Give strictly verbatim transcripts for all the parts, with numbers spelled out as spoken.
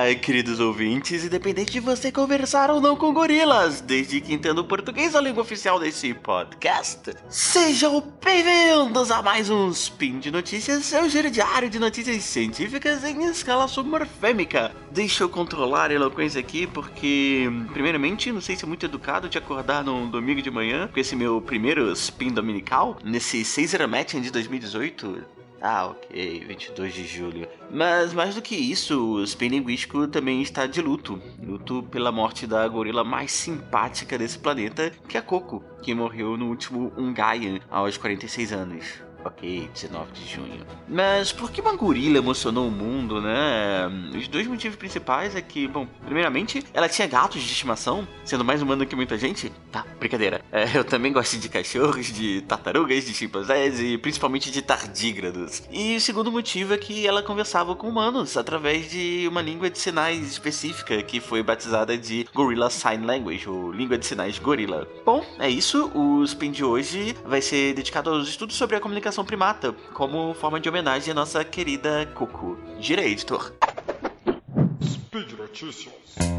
Olá, queridos ouvintes, independente de você conversar ou não com gorilas, desde que entenda o português a língua oficial desse podcast, sejam bem-vindos a mais um Spin de Notícias, seu giro diário de notícias científicas em escala submorfêmica. Deixa eu controlar a eloquência aqui, porque, primeiramente, não sei se é muito educado te acordar num domingo de manhã, com esse meu primeiro Spin dominical, nesse Caesar Matching de dois mil e dezoito. Ah, ok, vinte e dois de julho. Mas mais do que isso, o Spin Linguístico também está de luto. Luto pela morte da gorila mais simpática desse planeta, que é a Coco, que morreu no último Ungaian, aos quarenta e seis anos. Ok, dezenove de junho. Mas por que uma gorila emocionou o mundo, né? Os dois motivos principais é que, bom, primeiramente, ela tinha gatos de estimação, sendo mais humana que muita gente. Tá, brincadeira. É, eu também gosto de cachorros, de tartarugas, de chimpanzés e principalmente de tardígrados. E o segundo motivo é que ela conversava com humanos através de uma língua de sinais específica que foi batizada de Gorilla Sign Language, ou língua de sinais gorila. Bom, é isso. O Spin de hoje vai ser dedicado aos estudos sobre a comunicação primata, como forma de homenagem à nossa querida Coco. Gira aí, editor. Speed Notícias.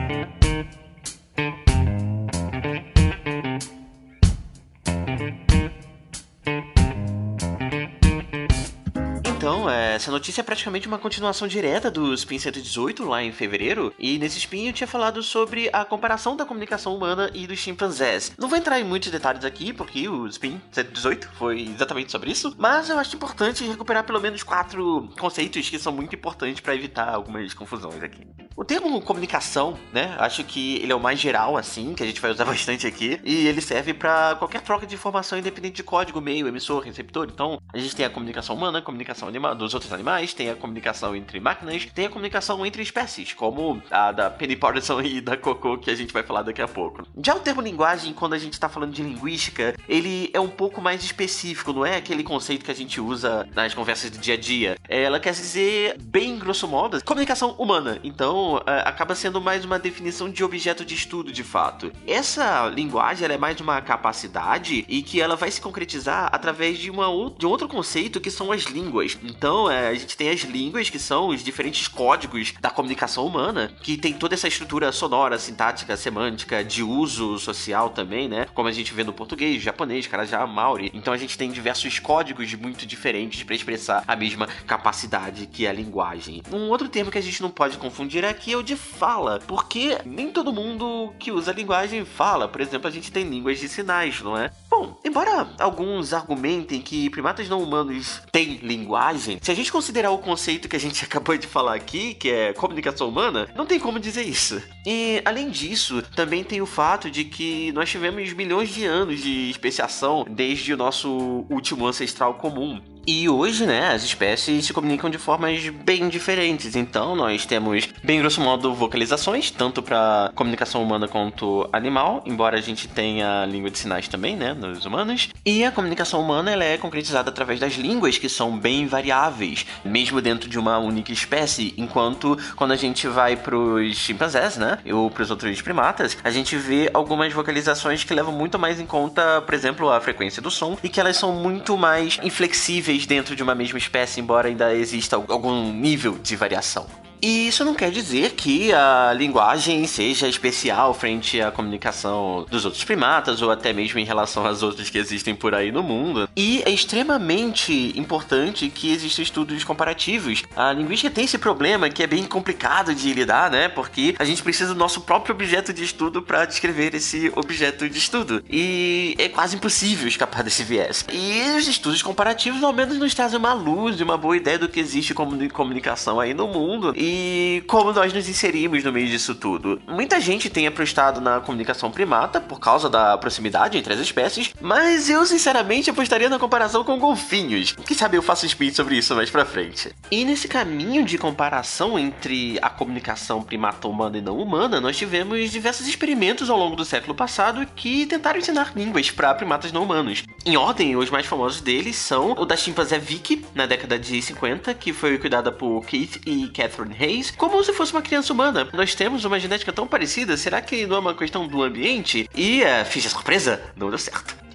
Então, essa notícia é praticamente uma continuação direta do Spin cento e dezoito, lá em fevereiro, e nesse Spin eu tinha falado sobre a comparação da comunicação humana e dos chimpanzés. Não vou entrar em muitos detalhes aqui, porque o Spin cento e dezoito foi exatamente sobre isso, mas eu acho importante recuperar pelo menos quatro conceitos que são muito importantes para evitar algumas confusões aqui. O termo comunicação, né, acho que ele é o mais geral, assim, que a gente vai usar bastante aqui, e ele serve para qualquer troca de informação independente de código, meio, emissor, receptor. Então, a gente tem a comunicação humana, a comunicação anima- dos outros animais, tem a comunicação entre máquinas, tem a comunicação entre espécies, como a da Penny Patterson e da Coco, que a gente vai falar daqui a pouco. Já o termo linguagem, quando a gente está falando de linguística, ele é um pouco mais específico, não é aquele conceito que a gente usa nas conversas do dia a dia. Ela quer dizer, bem grosso modo, comunicação humana. Então, acaba sendo mais uma definição de objeto de estudo, de fato. Essa linguagem, ela é mais uma capacidade e que ela vai se concretizar através de, uma, de um outro conceito, que são as línguas. Então, é, a gente tem as línguas, que são os diferentes códigos da comunicação humana, que tem toda essa estrutura sonora, sintática, semântica, de uso social também, né? Como a gente vê no português, japonês, carajá, maori. Então, a gente tem diversos códigos muito diferentes para expressar a mesma capacidade que é a linguagem. Um outro termo que a gente não pode confundir aqui é o de fala, porque nem todo mundo que usa a linguagem fala. Por exemplo, a gente tem línguas de sinais, não é? Bom, embora alguns argumentem que primatas não humanos têm linguagem, se a gente considerar o conceito que a gente acabou de falar aqui, que é comunicação humana, não tem como dizer isso. E, além disso, também tem o fato de que nós tivemos milhões de anos de especiação desde o nosso último ancestral comum. E hoje, né, as espécies se comunicam de formas bem diferentes. Então, nós temos, bem grosso modo, vocalizações, tanto para comunicação humana quanto animal, embora a gente tenha língua de sinais também, né, nos humanos. E a comunicação humana, ela é concretizada através das línguas, que são bem variáveis, mesmo dentro de uma única espécie. Enquanto, quando a gente vai pros chimpanzés, né, ou pros outros primatas, a gente vê algumas vocalizações que levam muito mais em conta, por exemplo, a frequência do som, e que elas são muito mais inflexíveis dentro de uma mesma espécie, embora ainda exista algum nível de variação. E isso não quer dizer que a linguagem seja especial frente à comunicação dos outros primatas, ou até mesmo em relação às outras que existem por aí no mundo. E é extremamente importante que existam estudos comparativos. A linguística tem esse problema que é bem complicado de lidar, né? Porque a gente precisa do nosso próprio objeto de estudo para descrever esse objeto de estudo. E é quase impossível escapar desse viés. E os estudos comparativos, ao menos, nos trazem uma luz e uma boa ideia do que existe como comunicação aí no mundo. E E como nós nos inserimos no meio disso tudo. Muita gente tem apostado na comunicação primata por causa da proximidade entre as espécies, mas eu sinceramente apostaria na comparação com golfinhos. Quem sabe eu faço um speed sobre isso mais pra frente. E nesse caminho de comparação entre a comunicação primata humana e não humana, nós tivemos diversos experimentos ao longo do século passado que tentaram ensinar línguas para primatas não humanos. Em ordem, os mais famosos deles são o da chimpanzé Vicky, na década de cinquenta, que foi cuidada por Keith e Catherine Hayes, como se fosse uma criança humana. Nós temos uma genética tão parecida, será que não é uma questão do ambiente? E, uh, ficha surpresa, não deu certo.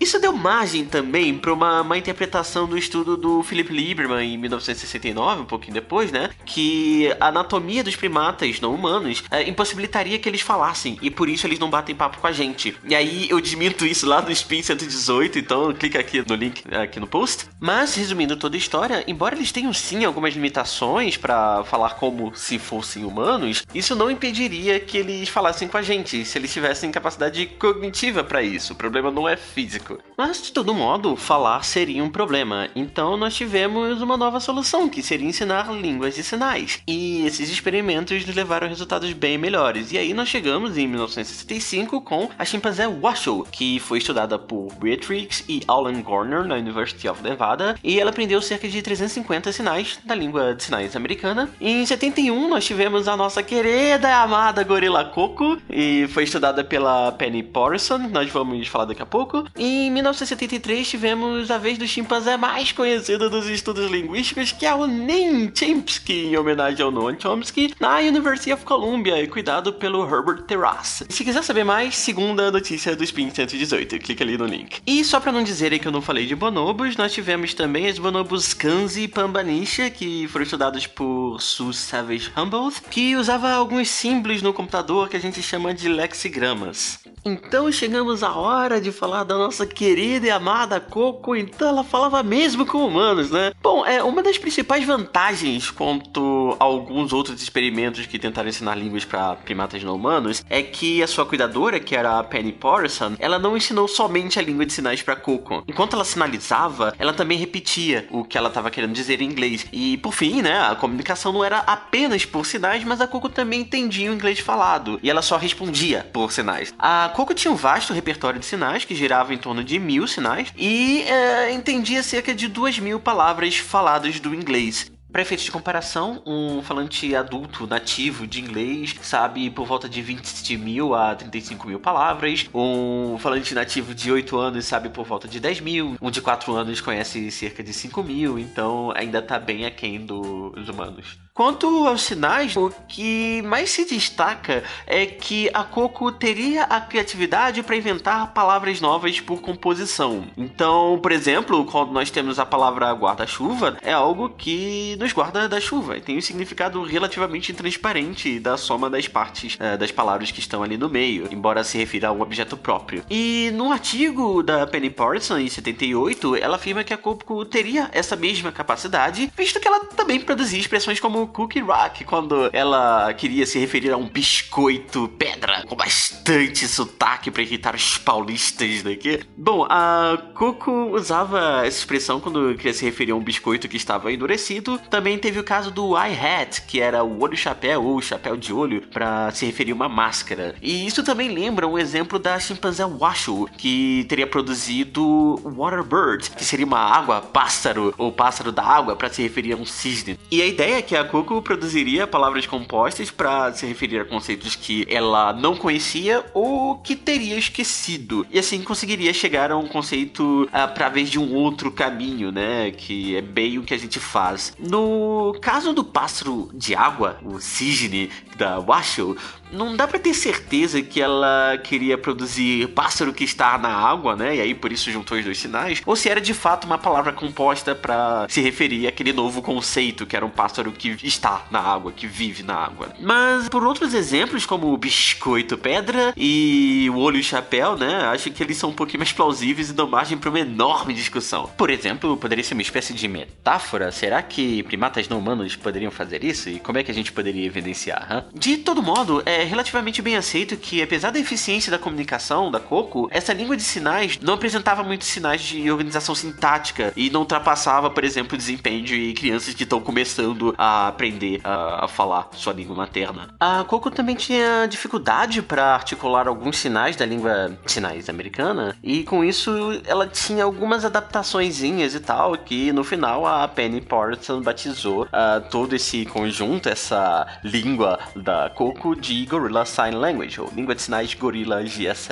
Isso deu margem também para uma, uma interpretação do estudo do Philip Lieberman em mil novecentos e sessenta e nove, um pouquinho depois, né? Que a anatomia dos primatas não humanos é, impossibilitaria que eles falassem, e por isso eles não batem papo com a gente. E aí eu desminto isso lá no Spin cento e dezoito, então clica aqui no link aqui no post. Mas, resumindo toda a história, embora eles tenham sim algumas limitações para falar como se fossem humanos, isso não impediria que eles falassem com a gente, se eles tivessem capacidade cognitiva para isso. O problema não é físico. Mas, de todo modo, falar seria um problema. Então nós tivemos uma nova solução, que seria ensinar línguas de sinais. E esses experimentos nos levaram a resultados bem melhores. E aí nós chegamos em mil novecentos e sessenta e cinco com a chimpanzé Washoe, que foi estudada por Beatrix e Alan Garner na University of Nevada, e ela aprendeu cerca de trezentos e cinquenta sinais da língua de sinais americana. Em setenta e um nós tivemos a nossa querida e amada gorila Coco, e foi estudada pela Penny Patterson, nós vamos falar daqui a pouco. E em mil novecentos e setenta e três tivemos a vez do chimpanzé mais conhecido dos estudos linguísticos, que é o Nen Chimpsky, em homenagem ao Noam Chomsky, na University of Columbia, e cuidado pelo Herbert Terrace. E se quiser saber mais, segunda notícia do Spin cento e dezoito, clica ali no link. E só pra não dizerem que eu não falei de bonobos, nós tivemos também os bonobos Kanzi e Pambanisha, que foram estudados por Sue Savage Humboldt, que usava alguns símbolos no computador que a gente chama de lexigramas. Então chegamos à hora de falar da nossa querida e amada Coco. Então ela falava mesmo com humanos, né? Bom, é uma das principais vantagens quanto a alguns outros experimentos que tentaram ensinar línguas para primatas não humanos é que a sua cuidadora, que era a Penny Patterson, ela não ensinou somente a língua de sinais para Coco. Enquanto ela sinalizava, ela também repetia o que ela estava querendo dizer em inglês. E por fim, né, a comunicação não era apenas por sinais, mas a Coco também entendia o inglês falado, e ela só respondia por sinais. A Coco tinha um vasto repertório de sinais, que girava em torno de mil sinais, e é, entendia cerca de duas mil palavras faladas do inglês. Para efeitos de comparação, um falante adulto nativo de inglês sabe por volta de vinte mil a trinta e cinco mil palavras, um falante nativo de oito anos sabe por volta de dez mil, um de quatro anos conhece cerca de cinco mil, então ainda está bem aquém dos humanos. Quanto aos sinais, o que mais se destaca é que a Coco teria a criatividade para inventar palavras novas por composição. Então, por exemplo, quando nós temos a palavra guarda-chuva, é algo que nos guarda da chuva e tem um significado relativamente intransparente da soma das partes uh, das palavras que estão ali no meio, embora se refira a um objeto próprio. E num artigo da Penny Patterson, em setenta e oito, ela afirma que a Coco teria essa mesma capacidade, visto que ela também produzia expressões como cookie rock, quando ela queria se referir a um biscoito pedra com bastante sotaque para irritar os paulistas daqui. Bom, a Coco usava essa expressão quando queria se referir a um biscoito que estava endurecido. Também teve o caso do eye hat, que era o olho-chapéu ou chapéu de olho, para se referir a uma máscara. E isso também lembra um exemplo da chimpanzé Washoe, que teria produzido water bird, que seria uma água-pássaro ou pássaro da água para se referir a um cisne. E a ideia é que a Coco produziria palavras compostas para se referir a conceitos que ela não conhecia ou que teria esquecido, e assim conseguiria chegar a um conceito através de um outro caminho, né, que é bem o que a gente faz. No caso do pássaro de água, o cisne da Washoe, não dá pra ter certeza que ela queria produzir pássaro que está na água, né? E aí por isso juntou os dois sinais, ou se era de fato uma palavra composta pra se referir àquele novo conceito, que era um pássaro que está na água, que vive na água. Mas por outros exemplos, como o biscoito pedra e o olho e chapéu, né? Acho que eles são um pouquinho mais plausíveis e dão margem pra uma enorme discussão. Por exemplo, poderia ser uma espécie de metáfora? Será que primatas não humanos poderiam fazer isso? E como é que a gente poderia evidenciar? Hein? De todo modo, é relativamente bem aceito que, apesar da eficiência da comunicação da Coco, essa língua de sinais não apresentava muitos sinais de organização sintática e não ultrapassava, por exemplo, o desempenho de crianças que estão começando a aprender a, a falar sua língua materna. A Coco também tinha dificuldade para articular alguns sinais da língua de sinais americana, e com isso ela tinha algumas adaptaçõezinhas e tal, que no final a Penny Patterson batizou uh, todo esse conjunto, essa língua da Coco, de Gorilla Sign Language, ou língua de sinais Gorilla G S L.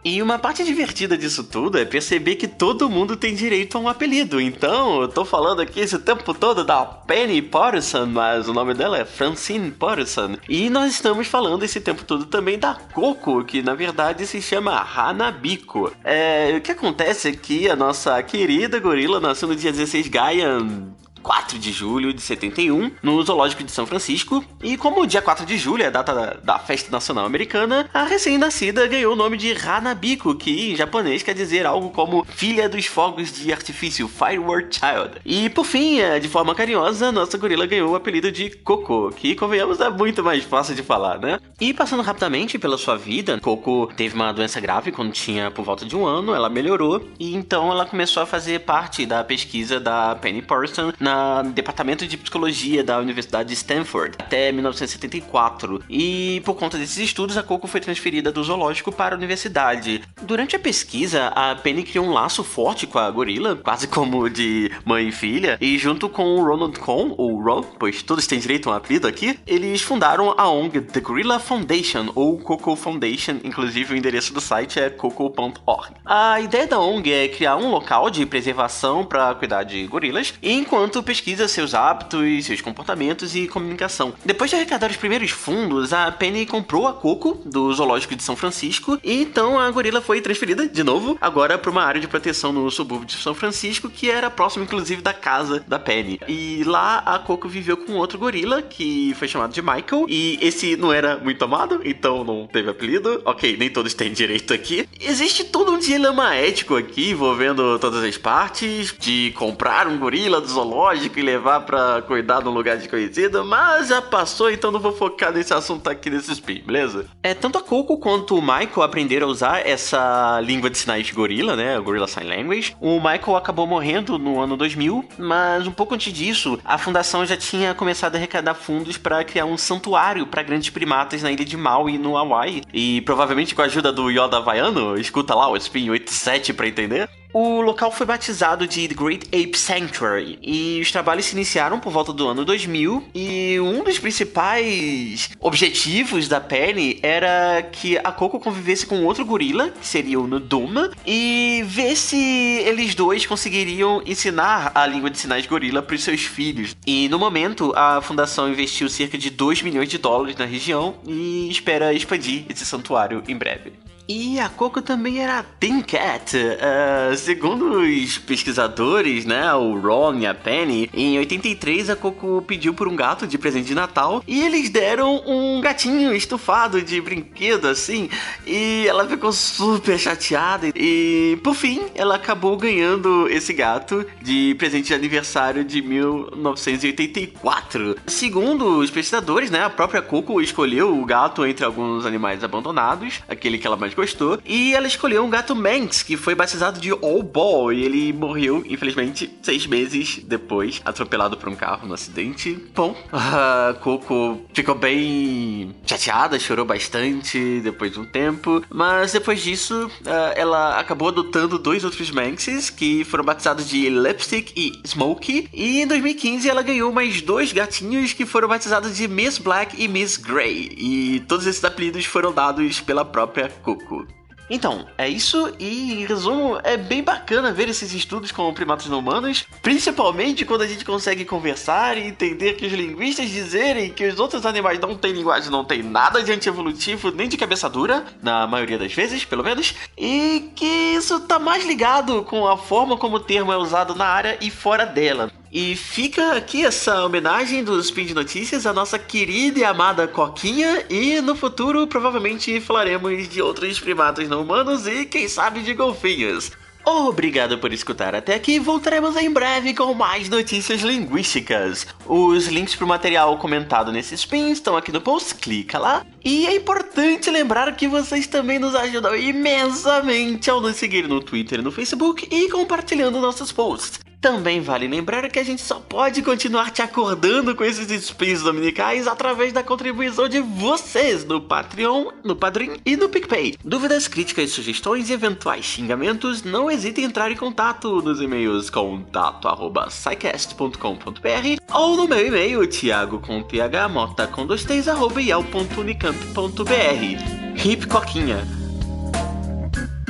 E uma parte divertida disso tudo é perceber que todo mundo tem direito a um apelido. Então, eu tô falando aqui esse tempo todo da Penny Patterson, mas o nome dela é Francine Patterson. E nós estamos falando esse tempo todo também da Coco, que na verdade se chama Hanabiko. É, o que acontece é que a nossa querida gorila nasceu no dia dezesseis Gaia... quatro de julho de setenta e um, no Zoológico de São Francisco, e como o dia quatro de julho é a data da, da Festa Nacional Americana, a recém-nascida ganhou o nome de Hanabiko, que em japonês quer dizer algo como filha dos fogos de artifício, Firework Child. E por fim, de forma carinhosa, nossa gorila ganhou o apelido de Coco, que convenhamos é muito mais fácil de falar, né? E passando rapidamente pela sua vida, Coco teve uma doença grave quando tinha por volta de um ano, ela melhorou, e então ela começou a fazer parte da pesquisa da Penny Patterson na no Departamento de Psicologia da Universidade de Stanford até mil novecentos e setenta e quatro, e por conta desses estudos a Coco foi transferida do zoológico para a universidade. Durante a pesquisa, a Penny criou um laço forte com a gorila, quase como de mãe e filha, e junto com o Ronald Cohn, ou Ron, pois todos têm direito a um apelido aqui, eles fundaram a O N G The Gorilla Foundation, ou Coco Foundation, inclusive o endereço do site é coco ponto org. A ideia da O N G é criar um local de preservação para cuidar de gorilas, enquanto pesquisa seus hábitos, seus comportamentos e comunicação. Depois de arrecadar os primeiros fundos, a Penny comprou a Coco do Zoológico de São Francisco, e então a gorila foi transferida de novo, agora para uma área de proteção no subúrbio de São Francisco, que era próximo inclusive da casa da Penny. E lá a Coco viveu com outro gorila, que foi chamado de Michael, e esse não era muito amado, então não teve apelido. Ok, nem todos têm direito aqui. Existe todo um dilema ético aqui, envolvendo todas as partes, de comprar um gorila do zoológico e levar pra cuidar num lugar desconhecido, mas já passou, então não vou focar nesse assunto aqui nesse spin, beleza? É, tanto a Coco quanto o Michael aprenderam a usar essa língua de sinais de gorila, né, a Gorilla Sign Language. O Michael acabou morrendo no ano dois mil, mas um pouco antes disso, a fundação já tinha começado a arrecadar fundos para criar um santuário para grandes primatas na ilha de Maui, no Hawaii, e provavelmente com a ajuda do Yoda Havaiano, escuta lá o spin oitenta e sete para entender. O local foi batizado de The Great Ape Sanctuary, e os trabalhos se iniciaram por volta do ano dois mil, e um dos principais objetivos da Penny era que a Coco convivesse com outro gorila, que seria o Nuduma, e ver se eles dois conseguiriam ensinar a língua de sinais gorila para os seus filhos. E no momento, a fundação investiu cerca de dois milhões de dólares na região e espera expandir esse santuário em breve. E a Coco também era Team Cat. Uh, segundo os pesquisadores, né, o Ron e a Penny, em oitenta e três a Coco pediu por um gato de presente de Natal e eles deram um gatinho estufado de brinquedo, assim, e ela ficou super chateada e, por fim, ela acabou ganhando esse gato de presente de aniversário de mil novecentos e oitenta e quatro. Segundo os pesquisadores, né, a própria Coco escolheu o gato entre alguns animais abandonados, aquele que ela mais gostou, e ela escolheu um gato Manx, que foi batizado de All Ball, e ele morreu, infelizmente, seis meses depois, atropelado por um carro no acidente. Bom, a Coco ficou bem chateada, chorou bastante depois de um tempo, mas depois disso, ela acabou adotando dois outros Manxes, que foram batizados de Lipstick e Smokey, e em dois mil e quinze ela ganhou mais dois gatinhos que foram batizados de Miss Black e Miss Grey, e todos esses apelidos foram dados pela própria Coco. Então, é isso, e em resumo, é bem bacana ver esses estudos com primatas não humanos, principalmente quando a gente consegue conversar e entender que os linguistas dizerem que os outros animais não têm linguagem, não tem nada de antievolutivo, nem de cabeça dura, na maioria das vezes, pelo menos, e que isso tá mais ligado com a forma como o termo é usado na área e fora dela. E fica aqui essa homenagem do Spin de Notícias à nossa querida e amada Coquinha, e no futuro provavelmente falaremos de outros primatas não humanos e quem sabe de golfinhos. Obrigado por escutar até aqui, voltaremos em breve com mais notícias linguísticas. Os links para o material comentado nesse spin estão aqui no post, clica lá. E é importante lembrar que vocês também nos ajudam imensamente ao nos seguir no Twitter e no Facebook e compartilhando nossos posts. Também vale lembrar que a gente só pode continuar te acordando com esses spins dominicais através da contribuição de vocês no Patreon, no Padrim e no PicPay. Dúvidas, críticas, sugestões e eventuais xingamentos, não hesite em entrar em contato nos e-mails contato arroba scicast ponto com ponto br ou no meu e-mail thiago com th mota com dois t's arroba iel ponto unicamp ponto br. Hip Coquinha!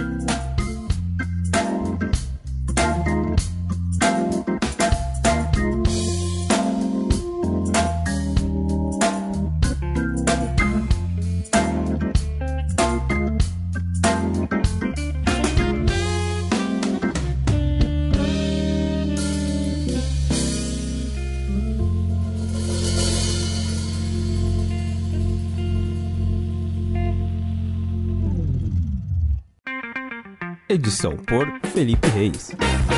Edição por Felipe Reis.